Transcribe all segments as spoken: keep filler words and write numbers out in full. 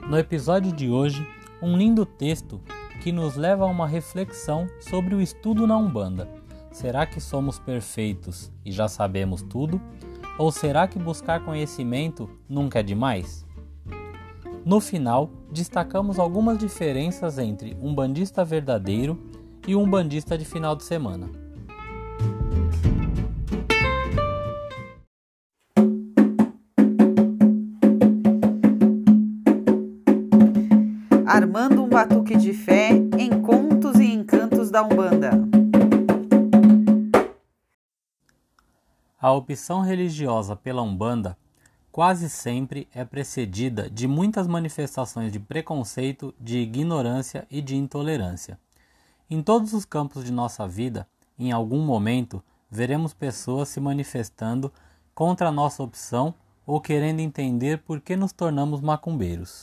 No episódio de hoje, um lindo texto que nos leva a uma reflexão sobre o estudo na Umbanda. Será que somos perfeitos e já sabemos tudo? Ou será que buscar conhecimento nunca é demais? No final, destacamos algumas diferenças entre um umbandista verdadeiro e um umbandista de final de semana. Armando um batuque de fé em contos e encantos da Umbanda. A opção religiosa pela Umbanda quase sempre é precedida de muitas manifestações de preconceito, de ignorância e de intolerância. Em todos os campos de nossa vida, em algum momento, veremos pessoas se manifestando contra a nossa opção ou querendo entender por que nos tornamos macumbeiros.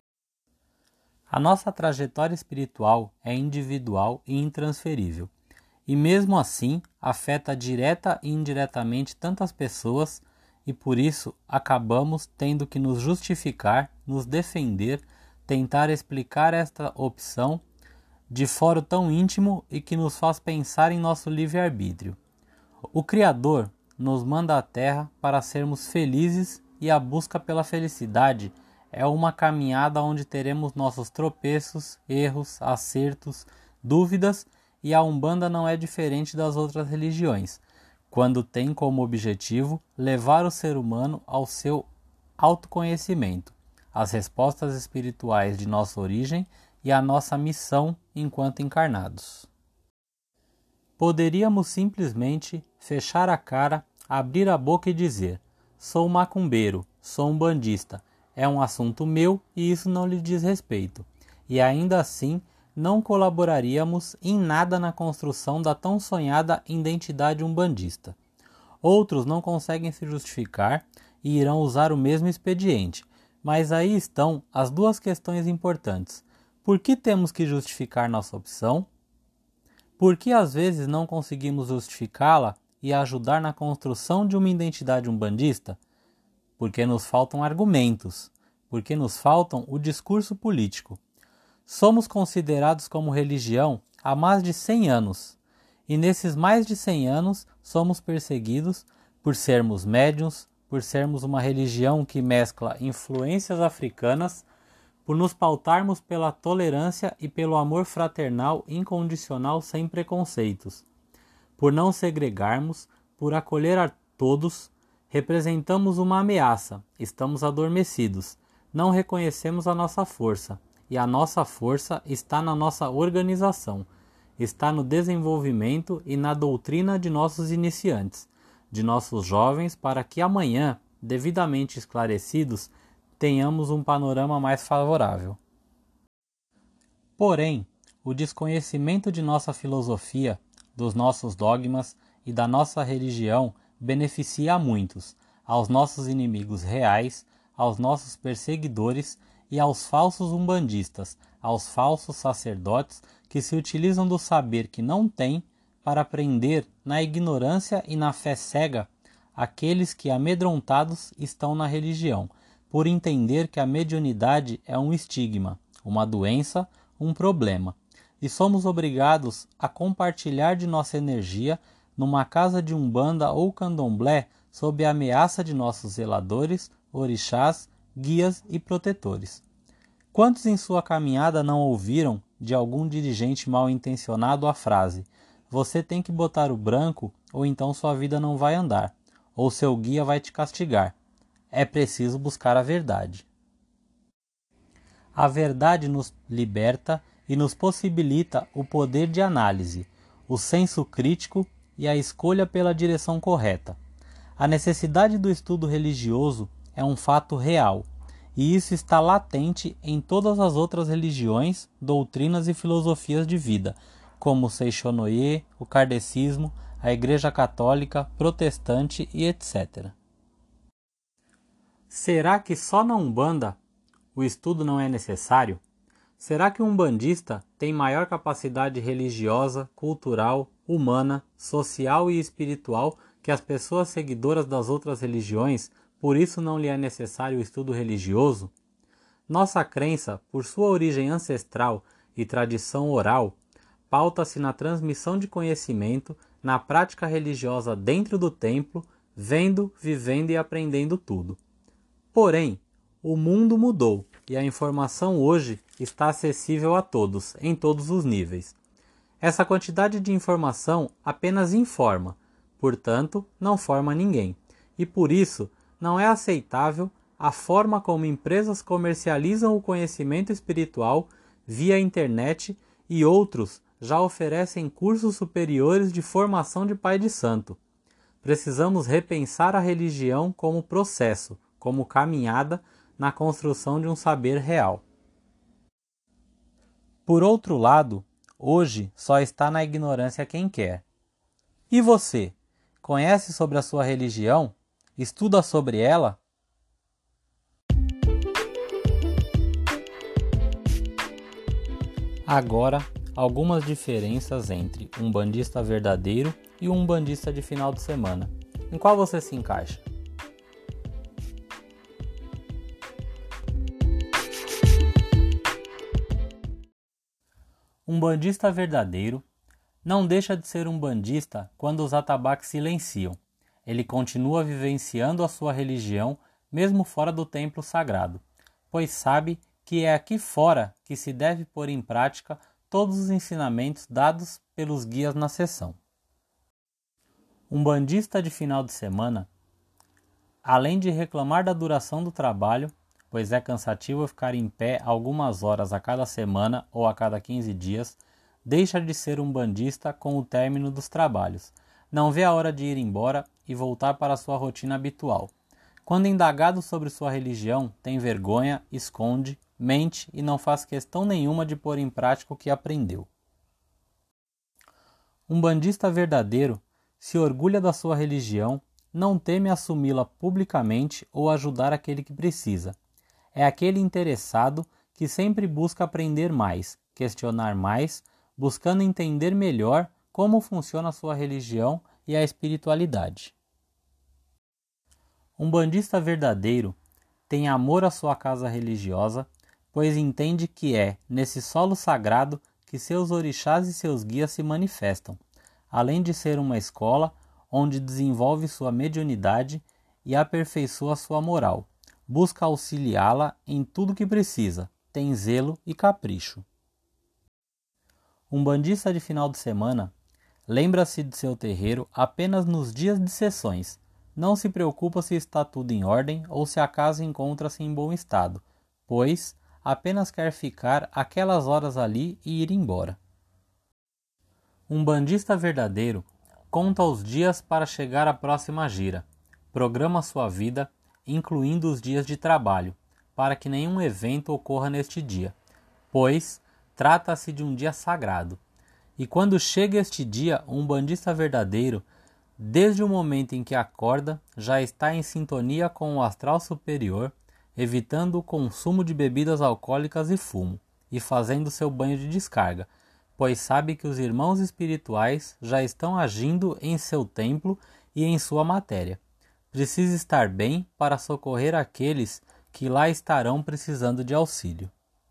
A nossa trajetória espiritual é individual e intransferível, e mesmo assim afeta direta e indiretamente tantas pessoas, e por isso acabamos tendo que nos justificar, nos defender, tentar explicar esta opção de foro tão íntimo e que nos faz pensar em nosso livre-arbítrio. O Criador nos manda à Terra para sermos felizes, e a busca pela felicidade é uma caminhada onde teremos nossos tropeços, erros, acertos, dúvidas, e a Umbanda não é diferente das outras religiões, quando tem como objetivo levar o ser humano ao seu autoconhecimento, às respostas espirituais de nossa origem e à nossa missão enquanto encarnados. Poderíamos simplesmente fechar a cara, abrir a boca e dizer: sou macumbeiro, sou umbandista, é um assunto meu e isso não lhe diz respeito, e ainda assim não colaboraríamos em nada na construção da tão sonhada identidade umbandista. Outros não conseguem se justificar e irão usar o mesmo expediente, mas aí estão as duas questões importantes. Por que temos que justificar nossa opção? Por que às vezes não conseguimos justificá-la e ajudar na construção de uma identidade umbandista? Porque nos faltam argumentos, porque nos faltam o discurso político. Somos considerados como religião há mais de cem anos, e nesses mais de cem anos somos perseguidos por sermos médiuns, por sermos uma religião que mescla influências africanas, por nos pautarmos pela tolerância e pelo amor fraternal incondicional sem preconceitos, por não segregarmos, por acolher a todos. Representamos uma ameaça, estamos adormecidos, não reconhecemos a nossa força, e a nossa força está na nossa organização, está no desenvolvimento e na doutrina de nossos iniciantes, de nossos jovens, para que amanhã, devidamente esclarecidos, tenhamos um panorama mais favorável. Porém, o desconhecimento de nossa filosofia, dos nossos dogmas e da nossa religião beneficia a muitos, aos nossos inimigos reais, aos nossos perseguidores e aos falsos umbandistas, aos falsos sacerdotes que se utilizam do saber que não têm para prender na ignorância e na fé cega aqueles que amedrontados estão na religião, por entender que a mediunidade é um estigma, uma doença, um problema, e somos obrigados a compartilhar de nossa energia numa casa de umbanda ou candomblé sob a ameaça de nossos zeladores, orixás, guias e protetores. Quantos em sua caminhada não ouviram de algum dirigente mal intencionado a frase: você tem que botar o branco ou então sua vida não vai andar, ou seu guia vai te castigar. É preciso buscar a verdade. A verdade nos liberta e nos possibilita o poder de análise, o senso crítico e a escolha pela direção correta. A necessidade do estudo religioso é um fato real, e isso está latente em todas as outras religiões, doutrinas e filosofias de vida, como o Seixonoye, o kardecismo, a Igreja Católica, Protestante e etcétera. Será que só na Umbanda o estudo não é necessário? Será que um umbandista tem maior capacidade religiosa, cultural, humana, social e espiritual que as pessoas seguidoras das outras religiões, por isso não lhe é necessário o estudo religioso? Nossa crença, por sua origem ancestral e tradição oral, pauta-se na transmissão de conhecimento, na prática religiosa dentro do templo, vendo, vivendo e aprendendo tudo. Porém, o mundo mudou e a informação hoje está acessível a todos, em todos os níveis. Essa quantidade de informação apenas informa, portanto, não forma ninguém. E por isso, não é aceitável a forma como empresas comercializam o conhecimento espiritual via internet e outros já oferecem cursos superiores de formação de pai de santo. Precisamos repensar a religião como processo, como caminhada na construção de um saber real. Por outro lado, hoje só está na ignorância quem quer. E você? Conhece sobre a sua religião? Estuda sobre ela? Agora, algumas diferenças entre um bandista verdadeiro e um bandista de final de semana. Em qual você se encaixa? Um bandista verdadeiro não deixa de ser um bandista quando os atabaques silenciam. Ele continua vivenciando a sua religião mesmo fora do templo sagrado, pois sabe que é aqui fora que se deve pôr em prática todos os ensinamentos dados pelos guias na sessão. Um bandista de final de semana, além de reclamar da duração do trabalho, pois é cansativo ficar em pé algumas horas a cada semana ou a cada quinze dias, deixa de ser um bandista com o término dos trabalhos. Não vê a hora de ir embora e voltar para a sua rotina habitual. Quando indagado sobre sua religião, tem vergonha, esconde, mente e não faz questão nenhuma de pôr em prática o que aprendeu. Um bandista verdadeiro se orgulha da sua religião, não teme assumi-la publicamente ou ajudar aquele que precisa. É aquele interessado que sempre busca aprender mais, questionar mais, buscando entender melhor como funciona a sua religião e a espiritualidade. Um bandista verdadeiro tem amor à sua casa religiosa, pois entende que é nesse solo sagrado que seus orixás e seus guias se manifestam, além de ser uma escola onde desenvolve sua mediunidade e aperfeiçoa sua moral. Busca auxiliá-la em tudo que precisa, tem zelo e capricho. Um bandista de final de semana lembra-se de seu terreiro apenas nos dias de sessões. Não se preocupa se está tudo em ordem ou se a casa encontra-se em bom estado, pois apenas quer ficar aquelas horas ali e ir embora. Um bandista verdadeiro conta os dias para chegar à próxima gira, programa sua vida, incluindo os dias de trabalho, para que nenhum evento ocorra neste dia, pois trata-se de um dia sagrado. E quando chega este dia, um bandista verdadeiro, desde o momento em que acorda, já está em sintonia com o astral superior, evitando o consumo de bebidas alcoólicas e fumo, e fazendo seu banho de descarga, pois sabe que os irmãos espirituais já estão agindo em seu templo e em sua matéria. Precisa estar bem para socorrer aqueles que lá estarão precisando de auxílio.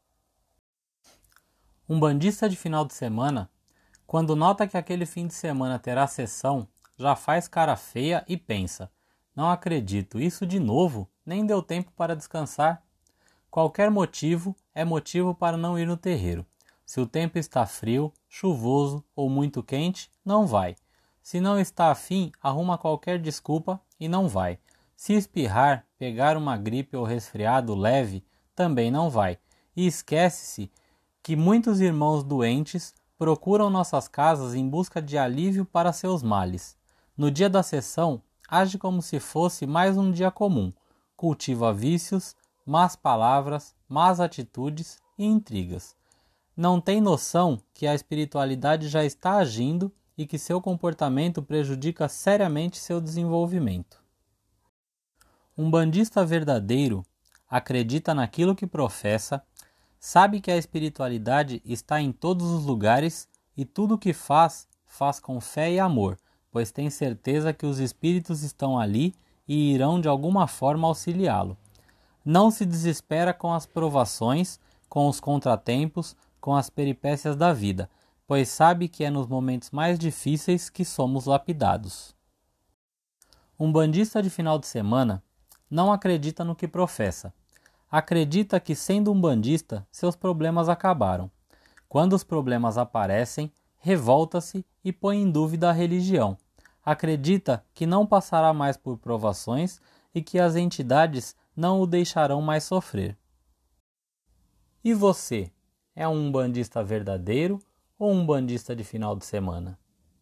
Um bandista de final de semana, quando nota que aquele fim de semana terá sessão, já faz cara feia e pensa: não acredito, isso de novo? Nem deu tempo para descansar. Qualquer motivo é motivo para não ir no terreiro. Se o tempo está frio, chuvoso ou muito quente, não vai. Se não está afim, arruma qualquer desculpa e não vai. Se espirrar, pegar uma gripe ou resfriado leve, também não vai. E esquece-se que muitos irmãos doentes procuram nossas casas em busca de alívio para seus males. No dia da sessão, age como se fosse mais um dia comum. Cultiva vícios, más palavras, más atitudes e intrigas. Não tem noção que a espiritualidade já está agindo e que seu comportamento prejudica seriamente seu desenvolvimento. Um bandista verdadeiro acredita naquilo que professa, sabe que a espiritualidade está em todos os lugares e tudo o que faz, faz com fé e amor, pois tem certeza que os espíritos estão ali e irão de alguma forma auxiliá-lo. Não se desespera com as provações, com os contratempos, com as peripécias da vida, pois sabe que é nos momentos mais difíceis que somos lapidados. Um bandista de final de semana não acredita no que professa. Acredita que, sendo um bandista, seus problemas acabaram. Quando os problemas aparecem, revolta-se e põe em dúvida a religião. Acredita que não passará mais por provações e que as entidades não o deixarão mais sofrer. E você, é um bandista verdadeiro ou um bandista de final de semana?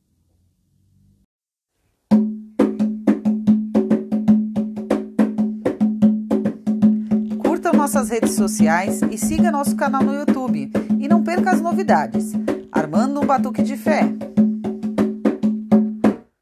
Curta nossas redes sociais e siga nosso canal no YouTube. E não perca as novidades. Armando um Batuque de Fé.